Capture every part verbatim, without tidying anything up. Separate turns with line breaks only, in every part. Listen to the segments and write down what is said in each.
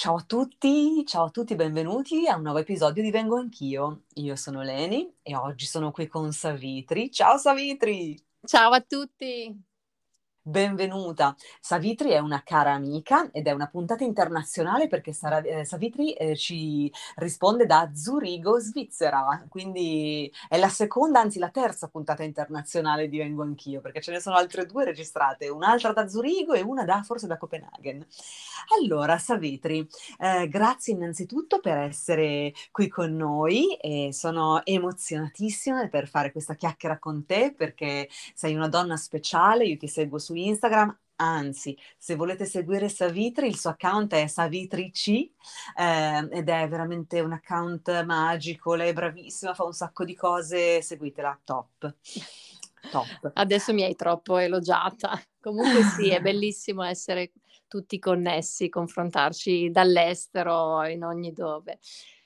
Ciao a tutti, ciao a tutti, benvenuti a un nuovo episodio di Vengo Anch'io. Io sono Leni e oggi sono qui con Savitri. Ciao Savitri!
Ciao a tutti!
Benvenuta. Savitri è una cara amica ed è una puntata internazionale perché Sara- eh, Savitri eh, ci risponde da Zurigo, Svizzera, quindi è la seconda, anzi la terza puntata internazionale di Vengo Anch'io, perché ce ne sono altre due registrate, un'altra da Zurigo e una da, forse da Copenaghen. Allora, Savitri, eh, grazie innanzitutto per essere qui con noi e sono emozionatissima per fare questa chiacchiera con te perché sei una donna speciale, io ti seguo su Instagram. Anzi, se volete seguire Savitri, il suo account è SavitriC eh, ed è veramente un account magico. Lei è bravissima, fa un sacco di cose. Seguitela, top. Top.
Adesso mi hai troppo elogiata. Comunque sì, è bellissimo essere tutti connessi, confrontarci dall'estero in ogni dove.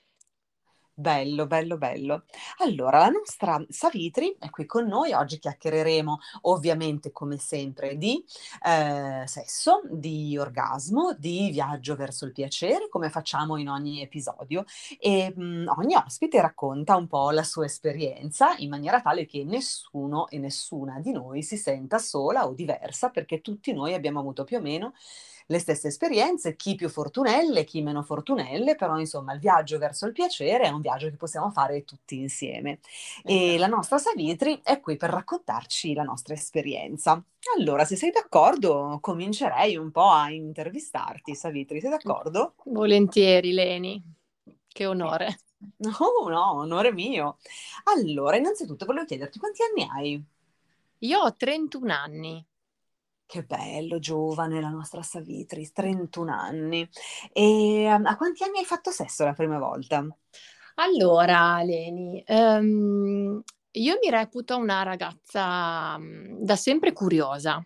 Bello, bello, bello. Allora, la nostra Savitri è qui con noi. Oggi chiacchiereremo, ovviamente, come sempre, di eh, sesso, di orgasmo, di viaggio verso il piacere, come facciamo in ogni episodio. E mh, ogni ospite racconta un po' la sua esperienza in maniera tale che nessuno e nessuna di noi si senta sola o diversa, perché tutti noi abbiamo avuto più o meno le stesse esperienze, chi più fortunelle, chi meno fortunelle, però insomma il viaggio verso il piacere è un viaggio che possiamo fare tutti insieme. E la
Esatto.
nostra Savitri è qui per raccontarci la nostra esperienza. Allora, se sei d'accordo, comincerei un po' a intervistarti, Savitri, sei d'accordo?
Volentieri, Leni. Che
Eh,
onore.
No, no, onore mio. Allora, innanzitutto volevo chiederti quanti anni hai?
Io ho trentuno anni.
Che bello, giovane la nostra Savitri, trentuno anni. E um, a quanti anni hai fatto sesso la prima volta?
Allora, Leni, ehm, io mi reputo una ragazza mm, da sempre curiosa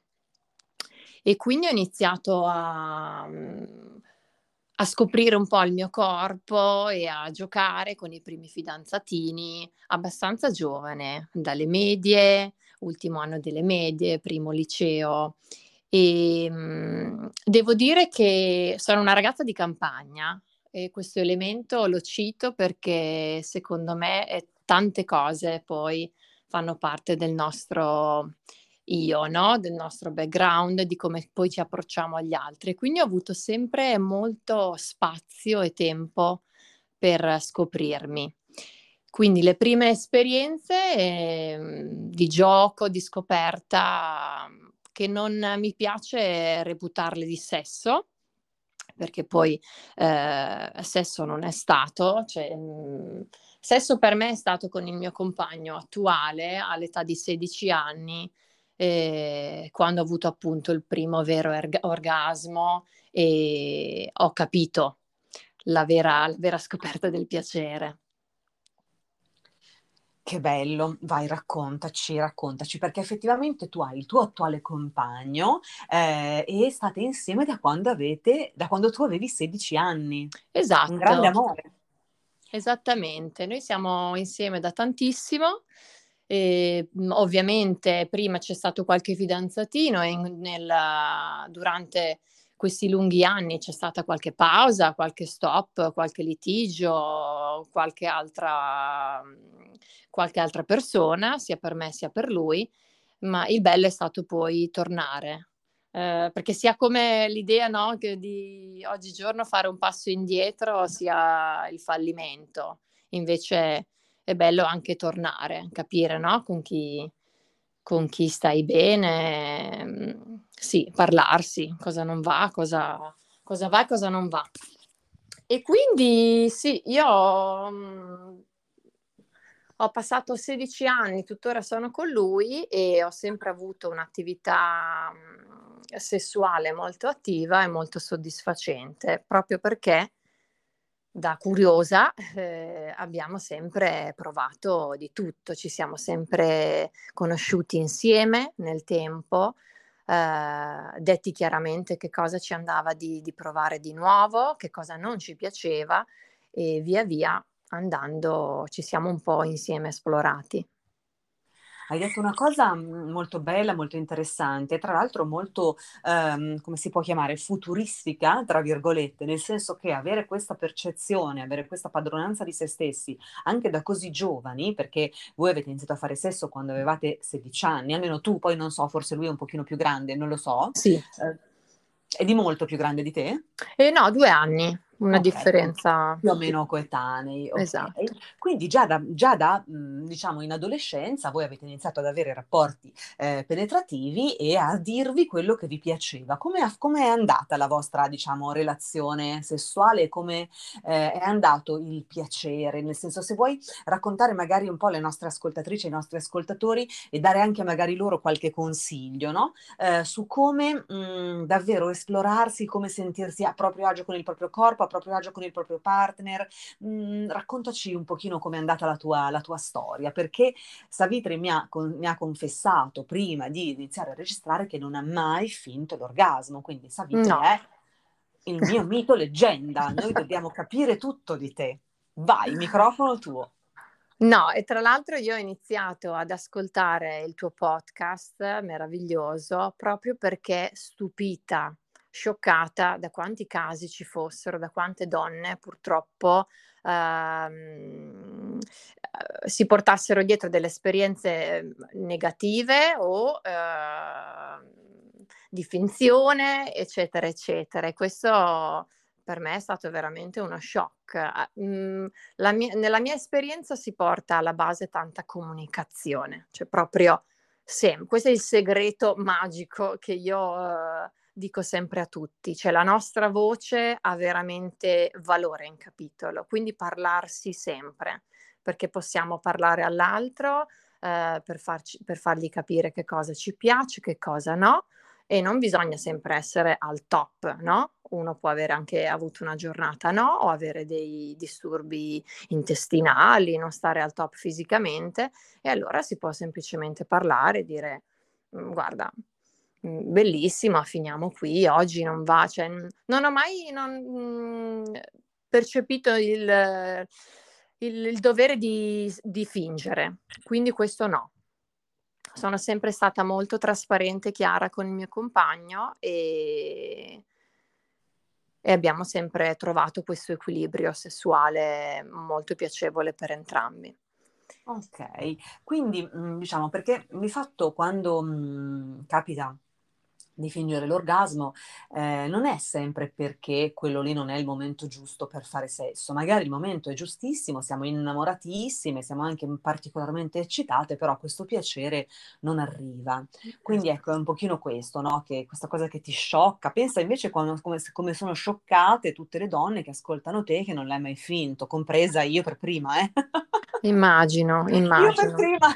e quindi ho iniziato a, mm, a scoprire un po' il mio corpo e a giocare con i primi fidanzatini abbastanza giovane, dalle medie, ultimo anno delle medie, primo liceo. E, mm, devo dire che sono una ragazza di campagna e questo elemento lo cito perché secondo me è tante cose poi fanno parte del nostro io, no? Del nostro background, di come poi ci approcciamo agli altri. Quindi ho avuto sempre molto spazio e tempo per scoprirmi. Quindi le prime esperienze ehm, di gioco, di scoperta, che non mi piace reputarle di sesso, perché poi eh, sesso non è stato, cioè, mh, sesso per me è stato con il mio compagno attuale all'età di sedici anni, eh, quando ho avuto appunto il primo vero erg- orgasmo e ho capito la vera, la vera scoperta del piacere.
Che bello, vai, raccontaci, raccontaci, perché effettivamente tu hai il tuo attuale compagno eh, e state insieme da quando avete, da quando tu avevi sedici anni. Un grande
Esatto.
amore.
Esattamente, noi siamo insieme da tantissimo e mh, ovviamente prima c'è stato qualche fidanzatino e in- nella- durante questi lunghi anni c'è stata qualche pausa, qualche stop, qualche litigio, qualche altra, mh, qualche altra persona, sia per me sia per lui, ma il bello è stato poi tornare. Eh, perché sia come l'idea, no, che di oggigiorno fare un passo indietro sia il fallimento, invece è bello anche tornare, capire, no, con chi, con chi stai bene, mm, sì, parlarsi, cosa non va, cosa, cosa va e cosa non va. E quindi sì, io mm, ho passato sedici anni, tuttora sono con lui e ho sempre avuto un'attività mh, sessuale molto attiva e molto soddisfacente, proprio perché da curiosa eh, abbiamo sempre provato di tutto, ci siamo sempre conosciuti insieme nel tempo, eh, detti chiaramente che cosa ci andava di, di provare di nuovo, che cosa non ci piaceva e via via andando ci siamo un po' insieme esplorati.
Hai detto una cosa mm, molto bella, molto interessante, tra l'altro molto, ehm, come si può chiamare, futuristica, tra virgolette, nel senso che avere questa percezione, avere questa padronanza di se stessi, anche da così giovani, perché voi avete iniziato a fare sesso quando avevate sedici anni, almeno tu, poi non so, forse lui è un pochino più grande, non lo so,
Sì.
eh, è di molto più grande di te?
E no, due anni, una
Ok, quindi
differenza.
più o meno coetanei, ok.
Esatto.
Quindi già da, già da, mh, diciamo, in adolescenza voi avete iniziato ad avere rapporti eh, penetrativi e a dirvi quello che vi piaceva. Come, ha- come è andata la vostra, diciamo, relazione sessuale? Come eh, è andato il piacere? Nel senso, se vuoi raccontare magari un po' alle nostre ascoltatrici, ai nostri ascoltatori e dare anche magari loro qualche consiglio, no? Eh, su come mh, davvero esplorarsi, come sentirsi a proprio agio con il proprio corpo, a proprio agio con il proprio partner. Mh, raccontaci un pochino com'è andata la tua, la tua storia, perché Savitri mi ha, con- mi ha confessato prima di iniziare a registrare che non ha mai finto l'orgasmo, quindi Savitri
No.
è il mio mito leggenda, noi dobbiamo capire tutto di te. Vai, microfono tuo.
No, e tra l'altro io ho iniziato ad ascoltare il tuo podcast meraviglioso proprio perché stupita, scioccata da quanti casi ci fossero, da quante donne purtroppo ehm, eh, si portassero dietro delle esperienze ehm, negative o ehm, di finzione, eccetera, eccetera. E questo per me è stato veramente uno shock. Ah, mm, la mia- nella mia esperienza si porta alla base tanta comunicazione, cioè proprio sempre. Questo è il segreto magico che io eh, dico sempre a tutti, cioè la nostra voce ha veramente valore in capitolo, quindi parlarsi sempre, perché possiamo parlare all'altro eh, per farci- per fargli capire che cosa ci piace, che cosa no. E non bisogna sempre essere al top, no? Uno può avere anche avuto una giornata no, o avere dei disturbi intestinali, non stare al top fisicamente, e allora si può semplicemente parlare e dire: "Mm, guarda, mm, bellissima, finiamo qui, oggi non va", cioè, mm, non ho mai non, mm, percepito il, il- il dovere di, di fingere, quindi questo no. Sono sempre stata molto trasparente e chiara con il mio compagno e, e abbiamo sempre trovato questo equilibrio sessuale molto piacevole per entrambi.
Ok, quindi mh, diciamo perché di fatto quando mh, capita di fingere l'orgasmo eh, non è sempre perché quello lì non è il momento giusto per fare sesso, magari il momento è giustissimo, siamo innamoratissime, siamo anche particolarmente eccitate, però questo piacere non arriva. Quindi ecco, è un pochino questo, no? Che questa cosa che ti sciocca. Pensa invece quando- come, come sono scioccate tutte le donne che ascoltano te che non l'hai mai finto, compresa io per prima, eh?
Immagino,
Io per
immagino.
prima.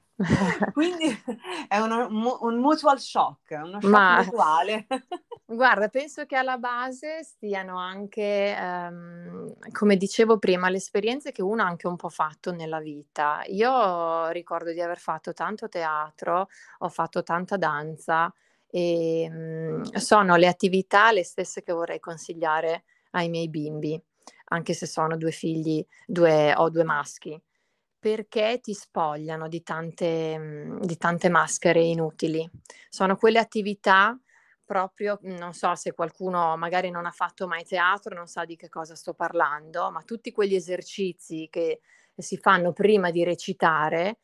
Quindi è uno- mu- un mutual shock, uno shock
Ma
mutuale.
guarda, penso che alla base stiano anche, ehm, come dicevo prima, le esperienze che uno ha anche un po' fatto nella vita. Io ricordo di aver fatto tanto teatro, ho fatto tanta danza e mm, sono le attività le stesse che vorrei consigliare ai miei bimbi, anche se sono due figli, due, ho due maschi, perché ti spogliano di tante, mm, di tante maschere inutili. Sono quelle attività proprio, non so se qualcuno magari non ha fatto mai teatro, non sa di che cosa sto parlando, ma tutti quegli esercizi che si fanno prima di recitare,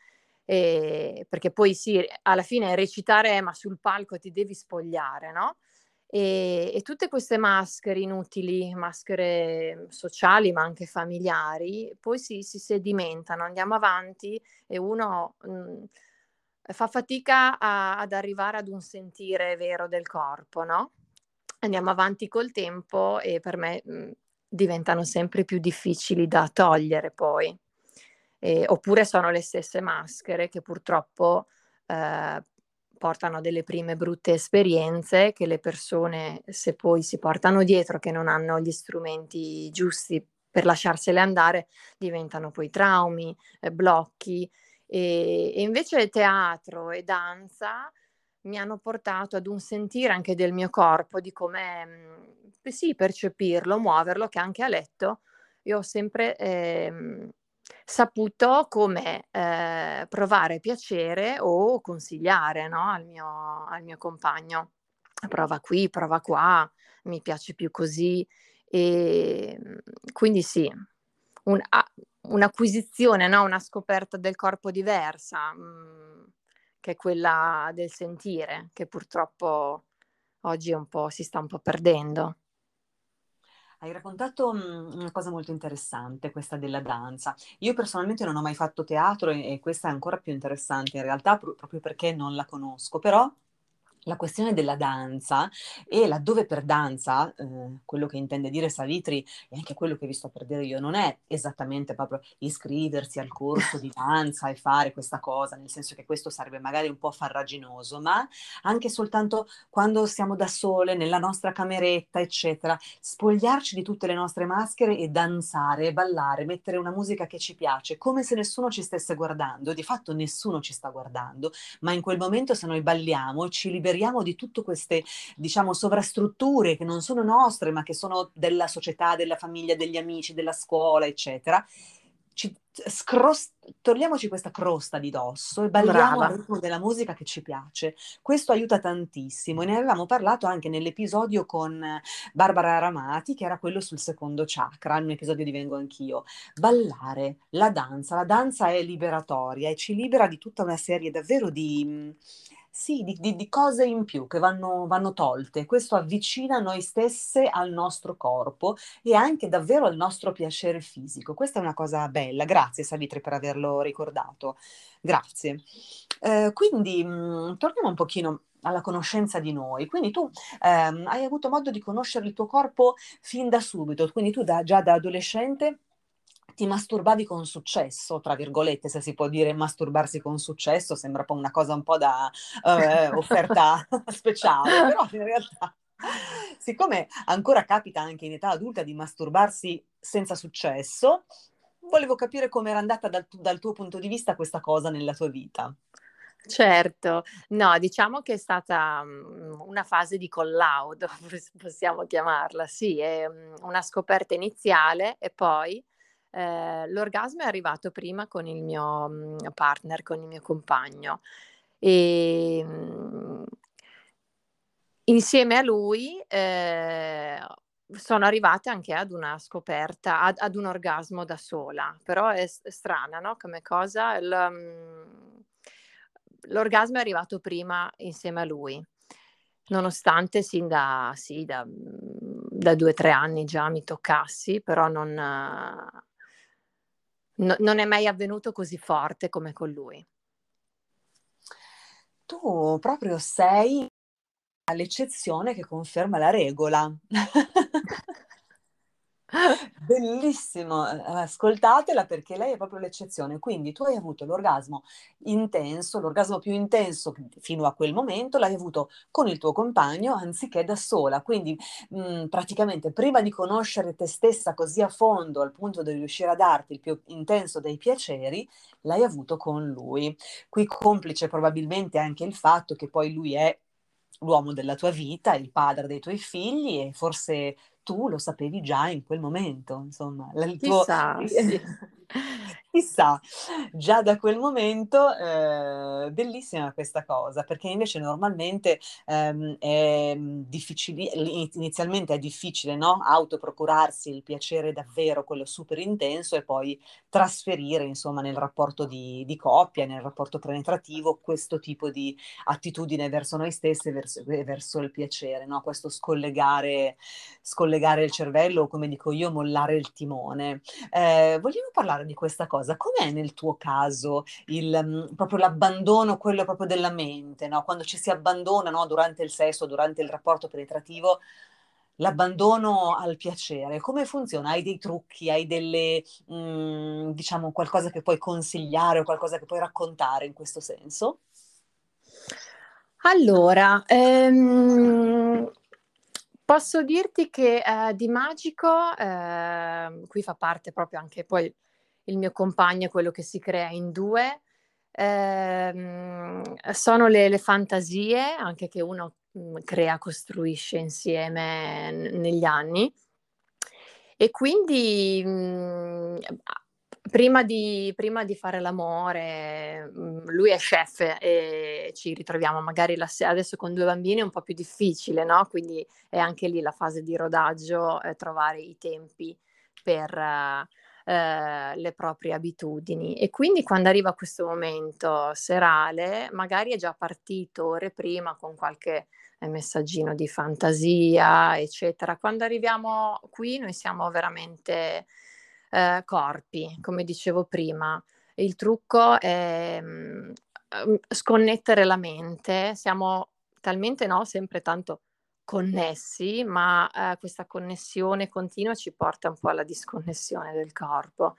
eh, perché poi sì, alla fine recitare, ma sul palco ti devi spogliare, no? E, e tutte queste maschere inutili, maschere sociali ma anche familiari, poi si, si sedimentano, andiamo avanti e uno mh, fa fatica a- ad arrivare ad un sentire vero del corpo, no? Andiamo avanti col tempo e per me mh, diventano sempre più difficili da togliere poi. E- oppure sono le stesse maschere che purtroppo eh, portano a delle prime brutte esperienze che le persone, se poi si portano dietro che non hanno gli strumenti giusti per lasciarsele andare, diventano poi traumi, eh, blocchi. E, e invece teatro e danza mi hanno portato ad un sentire anche del mio corpo, di come, mh, sì, percepirlo, muoverlo, che anche a letto io ho sempre ehm, saputo come, ehm, provare piacere o consigliare, no, al mio al mio compagno. Prova qui, prova qua, mi piace più così. Ehm, quindi sì, un a un'acquisizione, no, una scoperta del corpo diversa, mhmm, che è quella del sentire, che purtroppo oggi è un po' si sta un po' perdendo.
Hai raccontato, mhmm, una cosa molto interessante, questa della danza. Io personalmente non ho mai fatto teatro e e questa è ancora più interessante in realtà, pro proprio perché non la conosco, però la questione della danza e laddove per danza, ehm, quello che intende dire Savitri e anche quello che vi sto per dire io, non è esattamente proprio iscriversi al corso di danza e fare questa cosa, nel senso che questo sarebbe magari un po' farraginoso, ma anche soltanto quando siamo da sole nella nostra cameretta, eccetera, spogliarci di tutte le nostre maschere e danzare e ballare, mettere una musica che ci piace, come se nessuno ci stesse guardando. Di fatto nessuno ci sta guardando, ma in quel momento se noi balliamo ci liberiamo di tutte queste, diciamo, sovrastrutture che non sono nostre, ma che sono della società, della famiglia, degli amici, della scuola, eccetera. Ci scros- togliamoci questa crosta di dosso e balliamo al
Brava.
ritmo della musica che ci piace. Questo aiuta tantissimo e ne avevamo parlato anche nell'episodio con Barbara Ramati, che era quello sul secondo chakra, in un episodio di Vengo Anch'io. Ballare, la danza, la danza è liberatoria e ci libera di tutta una serie davvero di, mh, sì, di, di- di cose in più che vanno, vanno tolte. Questo avvicina noi stesse al nostro corpo e anche davvero al nostro piacere fisico. Questa è una cosa bella. Grazie Savitri per averlo ricordato. Grazie. Eh, quindi mh, torniamo un pochino alla conoscenza di noi. Quindi tu ehm, hai avuto modo di conoscere il tuo corpo fin da subito, quindi tu da- già da adolescente ti masturbavi con successo, tra virgolette, se si può dire masturbarsi con successo, sembra un po' una cosa un po' da eh, offerta speciale, però in realtà, siccome ancora capita anche in età adulta di masturbarsi senza successo, volevo capire come era andata dal, tu- dal tuo punto di vista questa cosa nella tua vita.
Certo. No, diciamo che è stata, mhmm, una fase di collaudo, pos possiamo chiamarla. Sì, ehm, una scoperta iniziale e poi, ehm, l'orgasmo è arrivato prima con il mio, mhmm, partner, con il mio compagno. Ehm, insieme a lui, ehm, sono arrivata anche ad una scoperta ad ad un orgasmo da sola, però è s è strana, no, come cosa, il mhmm, l'orgasmo è arrivato prima insieme a lui, nonostante sin da sì, da mhmm, da due, tre anni già mi toccassi, però non no non è mai avvenuto così forte come con lui.
Tu proprio sei l'eccezione che conferma la regola. Bellissimo, ehm, ascoltatela perché lei è proprio l'eccezione. Quindi tu hai avuto l'orgasmo intenso, l'orgasmo più intenso fino a quel momento l'hai avuto con il tuo compagno anziché da sola. Quindi, mhmm, praticamente prima di conoscere te stessa così a fondo, al punto da riuscire a darti il più intenso dei piaceri, l'hai avuto con lui. Qui complice probabilmente anche il fatto che poi lui è l'uomo della tua vita, il padre dei tuoi figli e forse tu lo sapevi già in quel momento, insomma, la il tuo
Chissà, sì.
chissà, già da quel momento, ehm, bellissima questa cosa, perché invece normalmente, ehm, è, mhmm, difficili li inizialmente è difficile, no, autoprocurarsi il piacere davvero, quello super intenso e poi trasferire, insomma, nel rapporto di di coppia, nel rapporto penetrativo, questo tipo di attitudine verso noi stesse e verso e verso il piacere, no, questo scollegare scollegare il cervello o, come dico io, mollare il timone. Ehm, vogliamo parlare di questa cosa. Com'è nel tuo caso il mhmm, proprio l'abbandono, quello proprio della mente, no, quando ci si abbandona, no, durante il sesso, durante il rapporto penetrativo, l'abbandono al piacere, come funziona? Hai dei trucchi, hai delle mhmm, diciamo qualcosa che puoi consigliare o qualcosa che puoi raccontare in questo senso?
Allora, ehm, posso dirti che, ehm, di magico, ehm, qui fa parte proprio anche poi il mio compagno, quello che si crea in due, ehm, sono le le fantasie anche che uno, mhmm, crea, costruisce insieme n negli anni. E quindi, mhmm, a Prima di prima di fare l'amore, mhmm, lui è chef e ci ritroviamo magari la se adesso con due bambini è un po' più difficile, no, quindi è anche lì la fase di rodaggio, ehm, trovare i tempi per, ehm, le proprie abitudini. E quindi quando arriva questo momento serale, magari è già partito ore prima con qualche, ehm, messaggino di fantasia, eccetera. Quando arriviamo qui noi siamo veramente, ehm, corpi, come dicevo prima. Il trucco è, mhmm, uhm, sconnettere la mente. Siamo talmente, no, sempre tanto connessi, ma, ehm, questa connessione continua ci porta un po' alla disconnessione del corpo.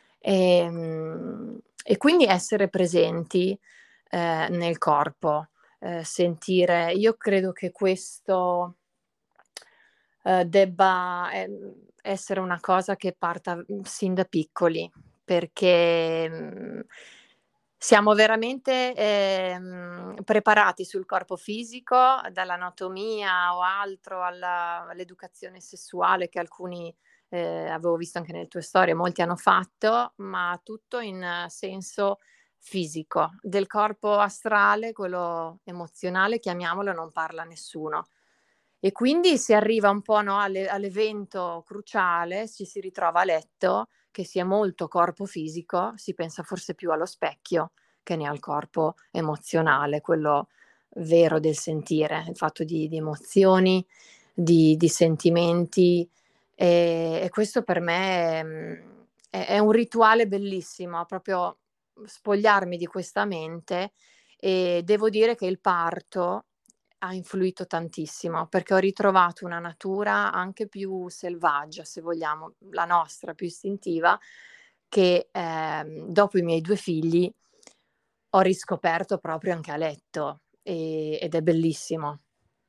Ehm, e quindi essere presenti, ehm, nel corpo, ehm, sentire io credo che questo, ehm, debba, ehm, essere una cosa che parta, mhmm, sin da piccoli, perché, mhmm, siamo veramente, ehm, preparati sul corpo fisico, dall'anatomia o altro alla all'educazione sessuale che alcuni, ehm, avevo visto anche nelle tue storie, molti hanno fatto, ma tutto in senso fisico. Del corpo astrale, quello emozionale, chiamiamolo, non parla nessuno. E quindi si arriva un po', no, all'e all'evento cruciale, ci si ritrova a letto, che si è molto corpo fisico, si pensa forse più allo specchio che ne al corpo emozionale, quello vero del sentire, il fatto di di emozioni, di di sentimenti, ehm, e questo per me, mhmm, è è un rituale bellissimo, proprio spogliarmi di questa mente, e devo dire che il parto ha influito tantissimo, perché ho ritrovato una natura anche più selvaggia, se vogliamo, la nostra, più istintiva, che, ehm, dopo i miei due figli ho riscoperto proprio anche a letto, ehm, ed è bellissimo.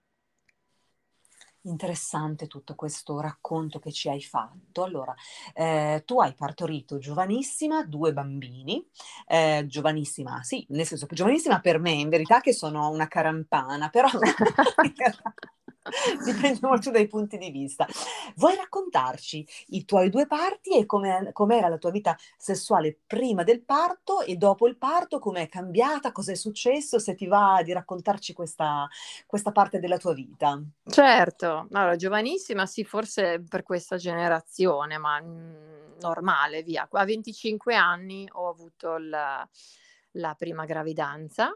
Interessante tutto questo racconto che ci hai fatto. Allora, ehm, tu hai partorito giovanissima due bambini, ehm, giovanissima sì, nel senso che giovanissima per me, in verità che sono una carampana, però in realtà dipende molto dai punti di vista. Vuoi raccontarci i tuoi due parti e come com'era la tua vita sessuale prima del parto e dopo il parto, com'è cambiata, cos'è successo, se ti va di raccontarci questa questa parte della tua vita.
Certo, allora giovanissima sì, forse per questa generazione, ma, mhmm, normale via. A venticinque anni ho avuto la la prima gravidanza,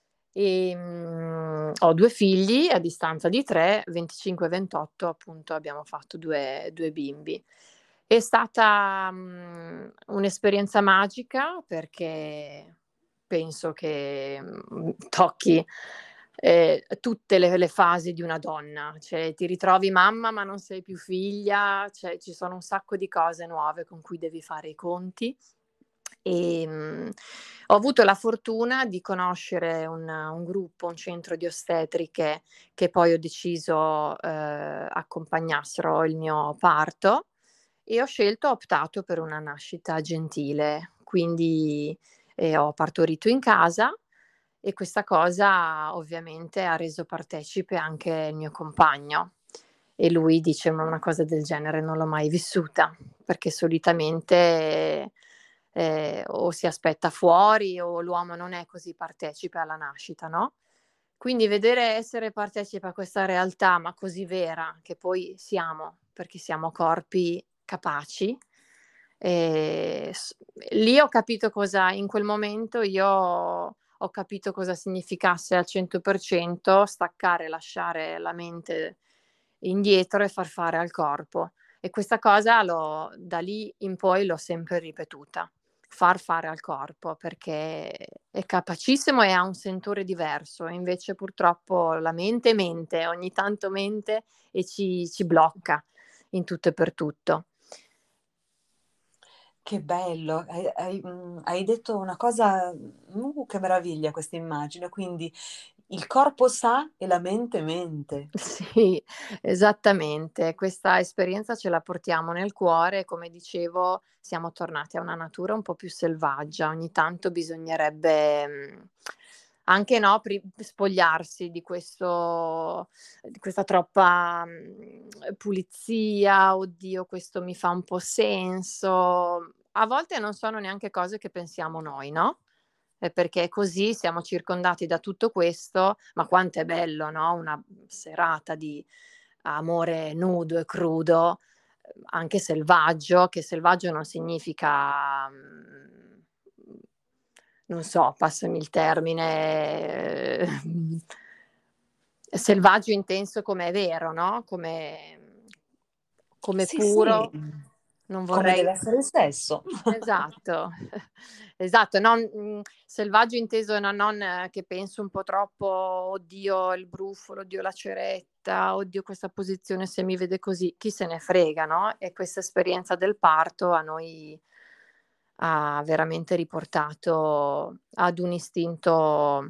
ehm, ho due figli a distanza di tre, venticinque e ventotto appunto abbiamo fatto due due bimbi. È stata, mhmm, un'esperienza magica perché penso che, mhmm, tocchi, ehm, tutte le le fasi di una donna, cioè ti ritrovi mamma ma non sei più figlia, cioè ci sono un sacco di cose nuove con cui devi fare i conti. Ehm, ho avuto la fortuna di conoscere un un gruppo, un centro di ostetriche che poi ho deciso, ehm, accompagnassero il mio parto e ho scelto ho optato per una nascita gentile, quindi, ehm, ho partorito in casa e questa cosa ovviamente ha reso partecipe anche il mio compagno e lui dice: "Ma una cosa del genere non l'ho mai vissuta", perché solitamente, ehm, o si aspetta fuori o l'uomo non è così partecipe alla nascita, no, quindi vedere essere partecipe a questa realtà, ma così vera, che poi siamo, perché siamo corpi capaci, ehm, s lì ho capito cosa in quel momento io ho capito cosa significasse al cento per cento staccare, lasciare la mente indietro e far fare al corpo. E questa cosa l'ho da lì in poi l'ho sempre ripetuta, far fare al corpo, perché è capacissimo e ha un sentore diverso, e invece purtroppo la mente mente, ogni tanto mente e ci ci blocca in tutto e per tutto.
Che bello, hai hai mhmm, hai detto una cosa, uh, che meraviglia questa immagine, quindi il corpo sa e la mente mente.
Sì, esattamente. Questa esperienza ce la portiamo nel cuore e come dicevo siamo tornati a una natura un po' più selvaggia. Ogni tanto bisognerebbe, mhmm, anche, no, pri spogliarsi di questo di questa troppa, mhmm, pulizia: "Oddio questo mi fa un po' senso". a volte non sono neanche cose che pensiamo noi, no? Eh, perché così siamo circondati da tutto questo, ma quanto è bello, no? Una serata di amore nudo e crudo, ehm, anche selvaggio, che selvaggio non significa, mhmm, non so, passami il termine, ehm, selvaggio inteso come è vero, no, come come
Sì, sì,
puro, non
come
vorrei.
deve essere il sesso.
Esatto, esatto, non mhmm, selvaggio inteso no non eh, che penso un po' troppo: "Oddio il brufolo, oddio la ceretta, oddio questa posizione se mi vede così", chi se ne frega, no, e questa esperienza del parto a noi ha veramente riportato ad un istinto,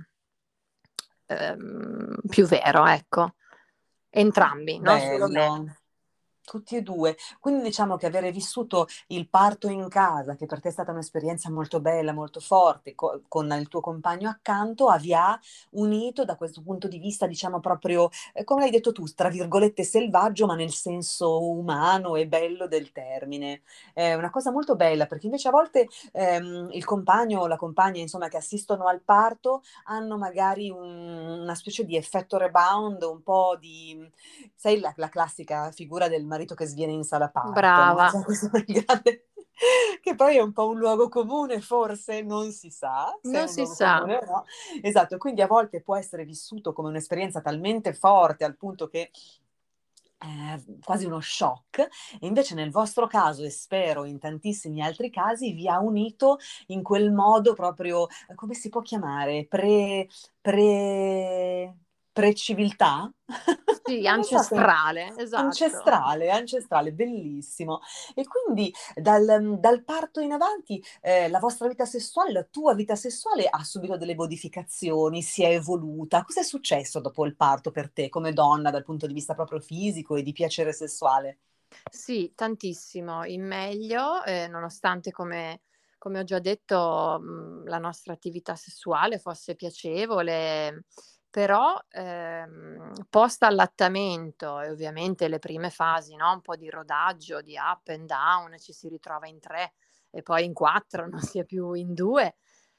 ehm, più vero, ecco. Entrambi, non solo me.
Bello. Tutti e due. Quindi diciamo che avere vissuto il parto in casa, che per te è stata un'esperienza molto bella, molto forte, co con il tuo compagno accanto, vi ha unito da questo punto di vista, diciamo proprio, ehm, come l'hai detto tu, tra virgolette "selvaggio", ma nel senso umano e bello del termine. È una cosa molto bella, perché invece a volte, ehm, il compagno o la compagna, insomma, che assistono al parto, hanno magari un una specie di effetto rebound, un po' di sai la la classica figura del marito che sviene in sala parto, no,
Brava,
c'è questo grande che poi è un po' un luogo comune forse, non si sa se è
non
un
si
luogo
sa.
comune o no. Esatto, quindi a volte può essere vissuto come un'esperienza talmente forte al punto che è quasi uno shock, e invece nel vostro caso, e spero in tantissimi altri casi, vi ha unito in quel modo proprio, ehm, come si può chiamare, pre pre pre-civiltà?
Sì,
Non lo so se
ancestrale, esatto.
ancestrale, ancestrale, bellissimo. E quindi dal mhmm, dal parto in avanti, ehm, la vostra vita sessuale, la tua vita sessuale ha subito delle modificazioni, si è evoluta. Cos'è successo dopo il parto per te come donna, dal punto di vista proprio fisico e di piacere sessuale?
Sì, tantissimo, in meglio, ehm, nonostante come come ho già detto, mhmm, la nostra attività sessuale fosse piacevole, però, ehm, post allattamento e ovviamente le prime fasi, no, un po' di rodaggio, di up and down, ci si ritrova in tre e poi in quattro, non si è più in due.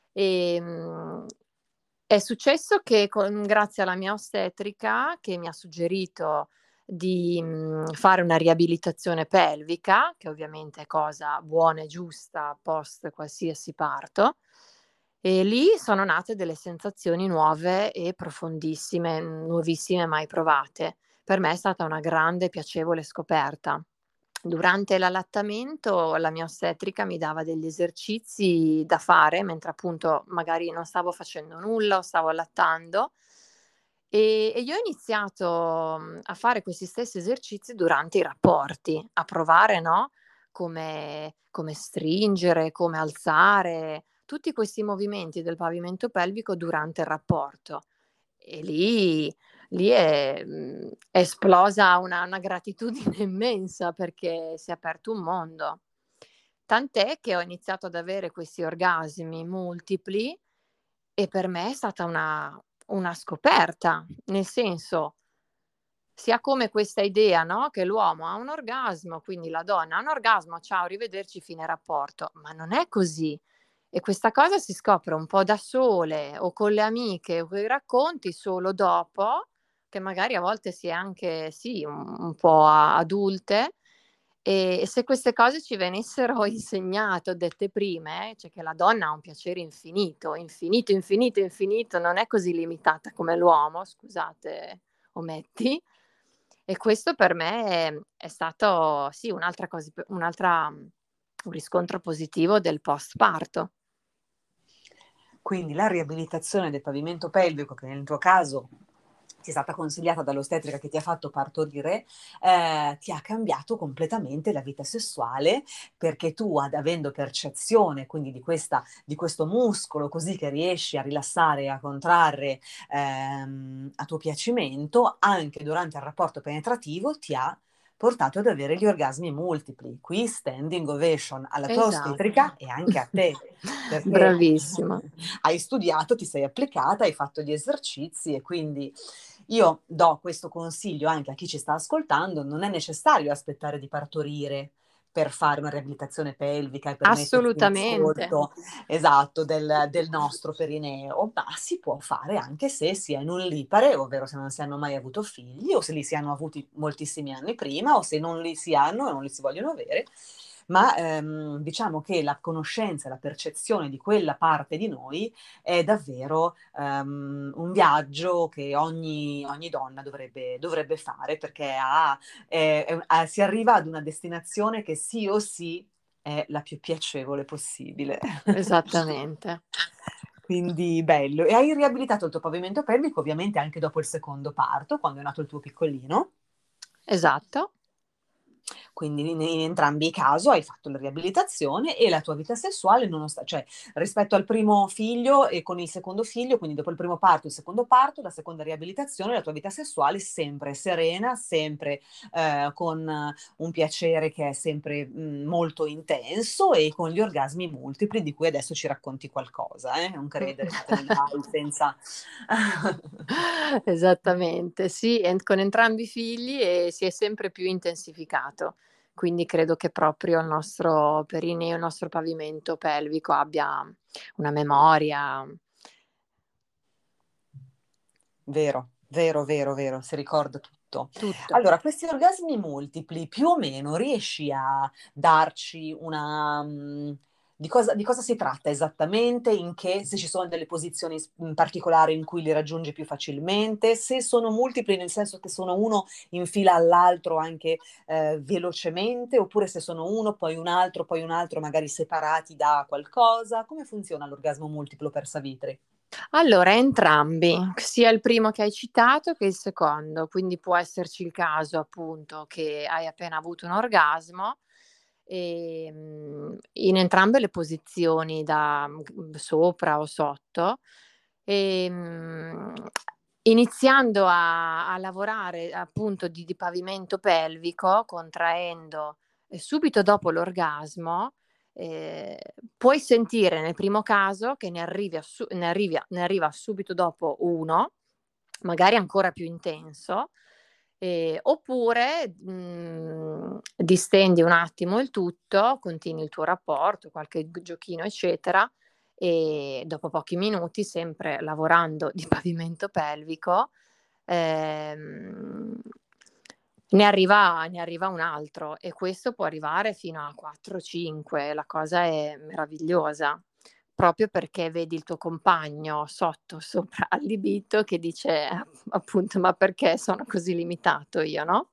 Ehm, è successo che con grazie alla mia ostetrica, che mi ha suggerito di, mhmm, fare una riabilitazione pelvica, che ovviamente è cosa buona e giusta post qualsiasi parto, e lì sono nate delle sensazioni nuove e profondissime, nuovissime mai provate. Per me è stata una grande e piacevole scoperta. Durante l'allattamento la mia ostetrica mi dava degli esercizi da fare mentre appunto magari non stavo facendo nulla o stavo allattando, e e io ho iniziato, mhmm, a fare questi stessi esercizi durante i rapporti, a provare, no, come come stringere, come alzare, tutti questi movimenti del pavimento pelvico durante il rapporto. E lì lì è mhmm, è esplosa una una gratitudine immensa perché si è aperto un mondo. Tant'è che ho iniziato ad avere questi orgasmi multipli e per me è stata una una scoperta, nel senso, si ha come questa idea, no, che l'uomo ha un orgasmo, quindi la donna ha un orgasmo, ciao, arrivederci, fine rapporto, ma non è così. E questa cosa si scopre un po' da sole o con le amiche o coi racconti solo dopo, che magari a volte si è anche, sì, un un po' a adulte, e e se queste cose ci venissero insegnate o dette prime, cioè che la donna ha un piacere infinito, infinito, infinito, infinito, non è così limitata come l'uomo, scusate, ometti. E questo per me è è stato, sì, un'altra cosa p un'altra mhmm, un riscontro positivo del post parto.
Quindi la riabilitazione del pavimento pelvico, che nel tuo caso ti è stata consigliata dall'ostetrica che ti ha fatto partorire, ehm, ti ha cambiato completamente la vita sessuale, perché tu ad avendo percezione quindi di questa di questo muscolo così che riesci a rilassare e a contrarre, ehm, a tuo piacimento, anche durante il rapporto penetrativo ti ha portato ad avere gli orgasmi multipli. Qui standing ovation alla tua ostetrica
Esatto.
e anche a te, perché
Bravissima.
hai studiato, ti sei applicata, hai fatto gli esercizi, e quindi io do questo consiglio anche a chi ci sta ascoltando: non è necessario aspettare di partorire per fare una riabilitazione pelvica e per mettersi in
Assolutamente.
ascolto, esatto, del, del nostro perineo, ma si può fare anche se si è in un lipare, ovvero se non si hanno mai avuto figli o se li si hanno avuti moltissimi anni prima o se non li si hanno e non li si vogliono avere. Ma ehm, diciamo che la conoscenza e la percezione di quella parte di noi è davvero ehm, un viaggio che ogni, ogni donna dovrebbe, dovrebbe fare, perché ha, è- è un- ha- si arriva ad una destinazione che sì o sì è la più piacevole possibile.
Esattamente.
Quindi bello. E hai riabilitato il tuo pavimento pelvico ovviamente anche dopo il secondo parto, quando è nato il tuo piccolino.
Esatto.
Quindi in, in entrambi i casi hai fatto la riabilitazione e la tua vita sessuale, nonostante, cioè rispetto al primo figlio e con il secondo figlio, quindi dopo il primo parto, il secondo parto, la seconda riabilitazione, la tua vita sessuale sempre serena, sempre eh, con un piacere che è sempre mh, molto intenso e con gli orgasmi multipli di cui adesso ci racconti qualcosa, eh? Non credere che te ne vai senza...
Esattamente, sì, en con entrambi i figli e si è sempre più intensificato. Quindi credo che proprio il nostro perineo, il nostro pavimento pelvico abbia una memoria.
Vero, vero, vero, vero, si ricorda tutto.
Tutto.
Allora, questi orgasmi multipli, più o meno, riesci a darci una... mh, di cosa, di cosa si tratta esattamente? In che, se ci sono delle posizioni s- in particolare in cui li raggiungi più facilmente, se sono multipli nel senso che sono uno in fila all'altro anche eh, velocemente, oppure se sono uno, poi un altro, poi un altro, magari separati da qualcosa. Come funziona l'orgasmo multiplo per Savitri?
Allora, entrambi, sia il primo che hai citato che il secondo, quindi può esserci il caso appunto che hai appena avuto un orgasmo, ehm, in entrambe le posizioni da mhmm, sopra o sotto, ehm, iniziando a a lavorare appunto di di pavimento pelvico, contraendo, ehm, subito dopo l'orgasmo, ehm, puoi sentire nel primo caso che ne arrivi a su ne arrivi a ne arriva subito dopo uno, magari ancora più intenso, ehm, oppure, mhmm, distendi un attimo il tutto, continui il tuo rapporto, qualche g giochino eccetera, e dopo pochi minuti, sempre lavorando di pavimento pelvico, ehm, ne arriva ne arriva un altro e questo può arrivare fino a quattro, cinque. La cosa è meravigliosa, proprio perché vedi il tuo compagno sotto, sopra allibito che dice a appunto: "Ma perché sono così limitato io", no?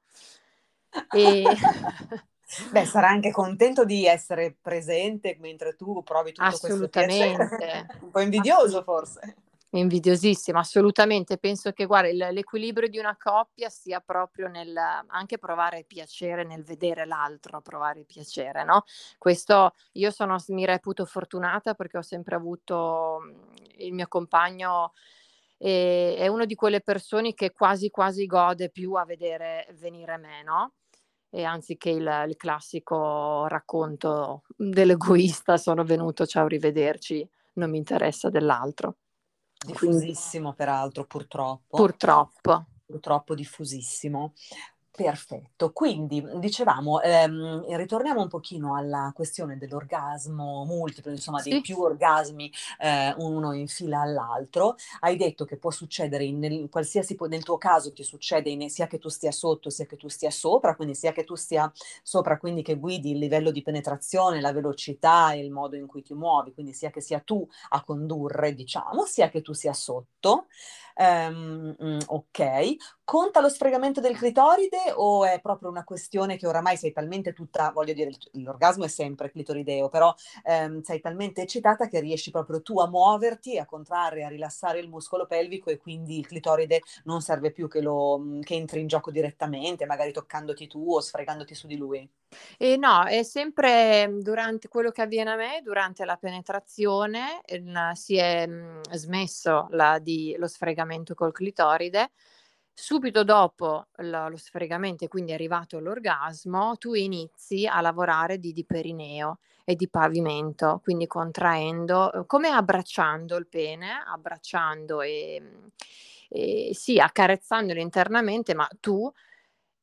E
Beh, sarà anche contento di essere presente mentre tu provi tutto questo piacere.
assolutamente,
Un po' invidioso
assolut
forse.
invidiosissima, assolutamente. Penso che guarda il l'equilibrio di una coppia sia proprio nel anche provare piacere nel vedere l'altro provare piacere, no, questo io sono s mi reputo fortunata perché ho sempre avuto, mhmm, il mio compagno, ehm, è uno di quelle persone che quasi, quasi gode più a vedere venire me, no, e anziché il il classico racconto dell'egoista: "Sono venuto, ciao, arrivederci, non mi interessa dell'altro". Quindi
Diffusissimo peraltro, purtroppo.
purtroppo.
Purtroppo diffusissimo. Perfetto. Quindi, mhmm, dicevamo, ehm, ritorniamo un pochino alla questione dell'orgasmo multiplo, insomma dei
Sì,
più orgasmi, ehm, uno in fila all'altro. Hai detto che può succedere in nel qualsiasi po nel tuo caso ti succede in sia che tu stia sotto, sia che tu stia sopra, quindi sia che tu stia sopra, quindi che guidi il livello di penetrazione, la velocità e il modo in cui ti muovi, quindi sia che sia tu a condurre, diciamo, sia che tu sia sotto. Ehm, mhmm, okay. Conta lo sfregamento del clitoride o è proprio una questione che oramai sei talmente tutta, voglio dire, il- l'orgasmo è sempre clitorideo, però ehm, sei talmente eccitata che riesci proprio tu a muoverti, a contrarre, a rilassare il muscolo pelvico e quindi il clitoride non serve più che, lo, che entri in gioco direttamente, magari toccandoti tu o sfregandoti su di lui.
ehm, no, è sempre mhmm, durante quello che avviene a me, durante la penetrazione, ehm, si è, mhmm, smesso la di lo sfregamento col clitoride. Subito dopo lo lo sfregamento e quindi è arrivato l'orgasmo, tu inizi a lavorare di di perineo e di pavimento, quindi contraendo, uhm, come abbracciando il pene, abbracciando, ehm, ehm, sì, accarezzandolo internamente, ma tu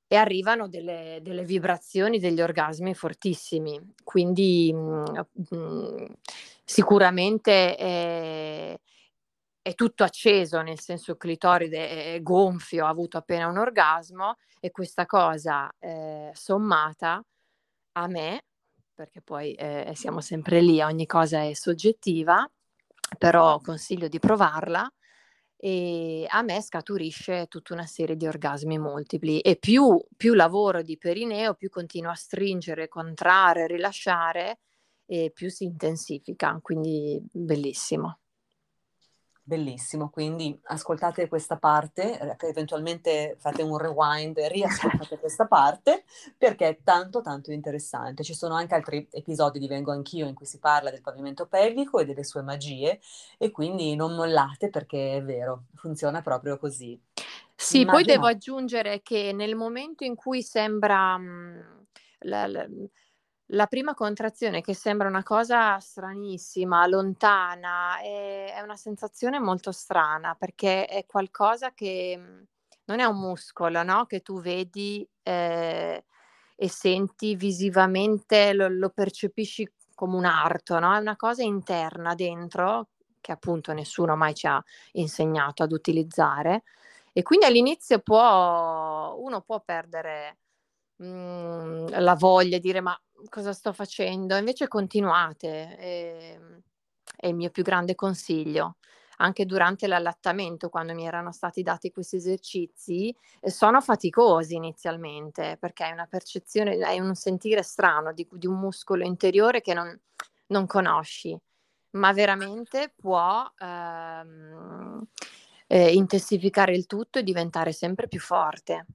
e arrivano delle delle vibrazioni, degli orgasmi fortissimi. Quindi, mhmm, mhmm, sicuramente è è tutto acceso, nel senso il clitoride è è gonfio, ha avuto appena un orgasmo e questa cosa, ehm, sommata a me, perché poi, ehm, siamo sempre lì, ogni cosa è soggettiva, però consiglio di provarla, ehm, a me scaturisce tutta una serie di orgasmi multipli e più più lavoro di perineo, più continuo a stringere, contrarre, rilasciare e più si intensifica, quindi bellissimo.
Bellissimo, quindi ascoltate questa parte, ehm, che eventualmente fate un rewind e riascoltate questa parte, perché è tanto, tanto interessante. Ci sono anche altri episodi di Vengo Anch'io in cui si parla del pavimento pelvico e delle sue magie e quindi non mollate perché è vero, funziona proprio così.
Sì, poi devo
Immagino
aggiungere che nel momento in cui sembra, mhmm, la l mhmm, la prima contrazione che sembra una cosa stranissima, lontana, ehm, è una sensazione molto strana, perché è qualcosa che, mhmm, non è un muscolo, no, che tu vedi, ehm, e senti visivamente, lo lo percepisci come un arto, no, è una cosa interna dentro, che appunto nessuno mai ci ha insegnato ad utilizzare e quindi all'inizio può uno può perdere, mhmm, la voglia, dire: "Ma cosa sto facendo?" Invece continuate, ehm, è il mio più grande consiglio. Anche durante l'allattamento, quando mi erano stati dati questi esercizi, ehm, sono faticosi inizialmente, perché hai una percezione hai un sentire strano di di un muscolo interiore che non non conosci. Ma veramente può, ehm, ehm, intensificare il tutto e diventare sempre più forte.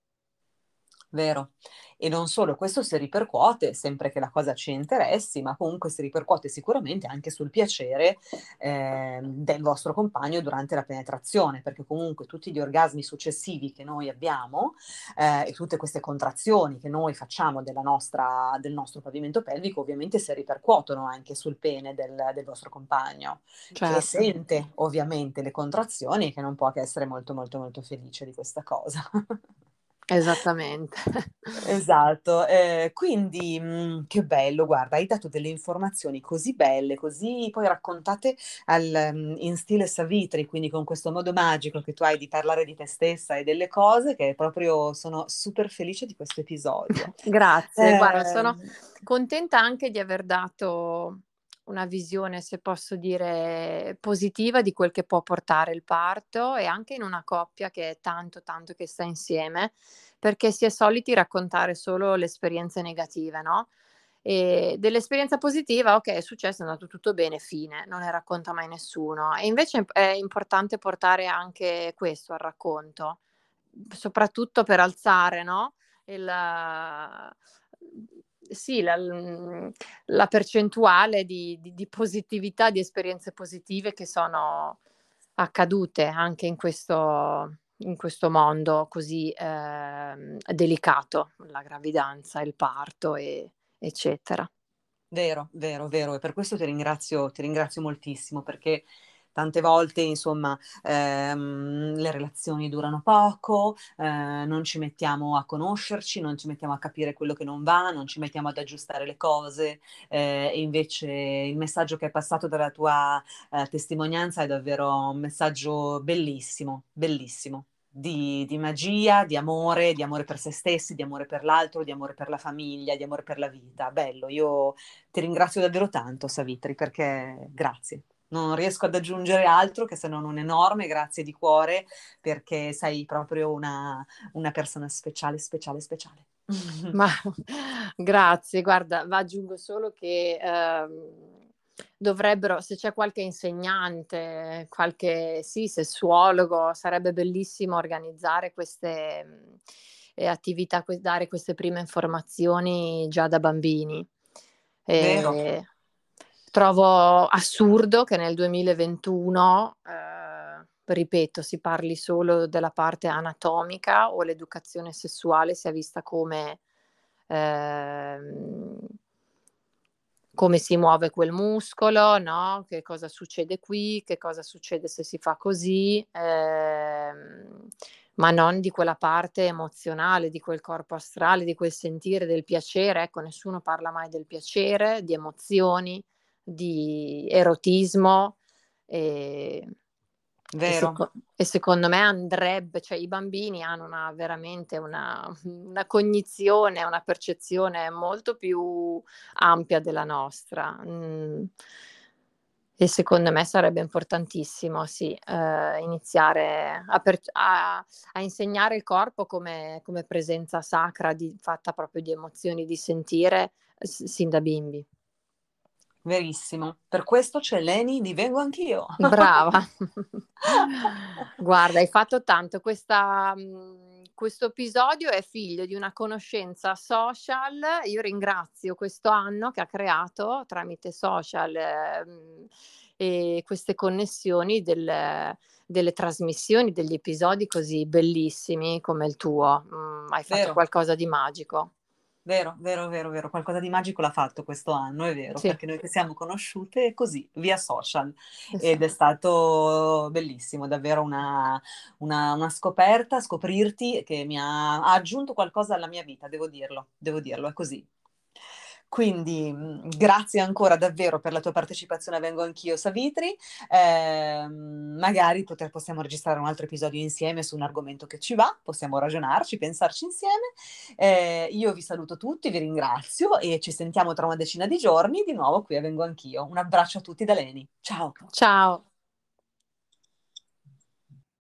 vero. E non solo, questo si ripercuote, sempre che la cosa ci interessi, ma comunque si ripercuote sicuramente anche sul piacere, ehm, del vostro compagno durante la penetrazione, perché comunque tutti gli orgasmi successivi che noi abbiamo, ehm, e tutte queste contrazioni che noi facciamo della nostra del nostro pavimento pelvico, ovviamente si ripercuotono anche sul pene del del vostro compagno, che
Certo.
sente ovviamente le contrazioni e che non può che essere molto, molto, molto felice di questa cosa.
Esattamente.
Esatto, ehm, quindi, mhmm, che bello, guarda, hai dato delle informazioni così belle, così poi raccontate al mhmm, in stile Savitri, quindi con questo modo magico che tu hai di parlare di te stessa e delle cose, che proprio sono super felice di questo episodio.
Grazie, guarda sono
Ehm
contenta anche di aver dato una visione, se posso dire, positiva di quel che può portare il parto e anche in una coppia che è tanto, tanto che sta insieme, perché si è soliti raccontare solo le esperienze negative, no, ehm, dell'esperienza positiva: "Okay, è successo, è andato tutto bene, fine", non ne racconta mai nessuno. E invece è imp è importante portare anche questo al racconto, soprattutto per alzare, no, il sì, la mhmm, la percentuale di di di positività, di esperienze positive che sono accadute anche in questo in questo mondo così, ehm, delicato, la gravidanza, il parto e eccetera.
Vero, vero, vero. E per questo ti ringrazio ti ringrazio moltissimo, perché tante volte, insomma, ehm, le relazioni durano poco, ehm, non ci mettiamo a conoscerci, non ci mettiamo a capire quello che non va, non ci mettiamo ad aggiustare le cose, ehm, e invece il messaggio che è passato dalla tua, ehm, testimonianza è davvero un messaggio bellissimo, bellissimo. Di di magia, di amore, di amore per se stessi, di amore per l'altro, di amore per la famiglia, di amore per la vita. Bello, io ti ringrazio davvero tanto Savitri, perché grazie. Non riesco ad aggiungere altro che se non un enorme grazie di cuore, perché sei proprio una una persona speciale, speciale, speciale.
Ma grazie, guarda, va aggiungo solo che, ehm, dovrebbero se c'è qualche insegnante, qualche sì, sessuologo, sarebbe bellissimo organizzare queste, mhmm, ehm, attività, que dare queste prime informazioni già da bambini.
Vero?
Ehm, trovo assurdo che nel duemilaventuno, ehm, ripeto, si parli solo della parte anatomica o l'educazione sessuale sia vista come ehm, come si muove quel muscolo, no, che cosa succede qui, che cosa succede se si fa così, ehm, ma non di quella parte emozionale, di quel corpo astrale, di quel sentire del piacere. Ecco, nessuno parla mai del piacere, di emozioni, di erotismo, ehm, e
Vero,
seco e secondo me andrebbe, cioè i bambini hanno una veramente una una cognizione, una percezione molto più ampia della nostra, mhmm, e secondo me sarebbe importantissimo, sì, ehm, iniziare a perc a a insegnare il corpo come come presenza sacra di fatta proprio di emozioni, di sentire s sin da bimbi.
verissimo. Per questo c'è Leni di Vengo Anch'io.
Brava. Guarda, hai fatto tanto. Questa mhmm, questo episodio è figlio di una conoscenza social. Io ringrazio questo Anno che ha creato tramite social, mhmm, e queste connessioni del delle trasmissioni, degli episodi così bellissimi come il tuo. Mhmm, hai fatto
Vero.
qualcosa di magico.
Vero, vero, vero, vero, qualcosa di magico l'ha fatto questo anno, è vero,
Sì,
perché noi che siamo conosciute così, via social, ed è
esa
stato bellissimo, davvero una, una- una scoperta, scoprirti che mi ha, ha aggiunto qualcosa alla mia vita, devo dirlo, devo dirlo, è così. Quindi mh, grazie ancora davvero per la tua partecipazione a Vengo Anch'io, Savitri. Ehm, magari poter- possiamo registrare un altro episodio insieme su un argomento che ci va, possiamo ragionarci, pensarci insieme. Eh, io vi saluto tutti, vi ringrazio e ci sentiamo tra una decina di giorni di nuovo qui a Vengo Anch'io. Un abbraccio a tutti da Leni. Ciao.
ciao.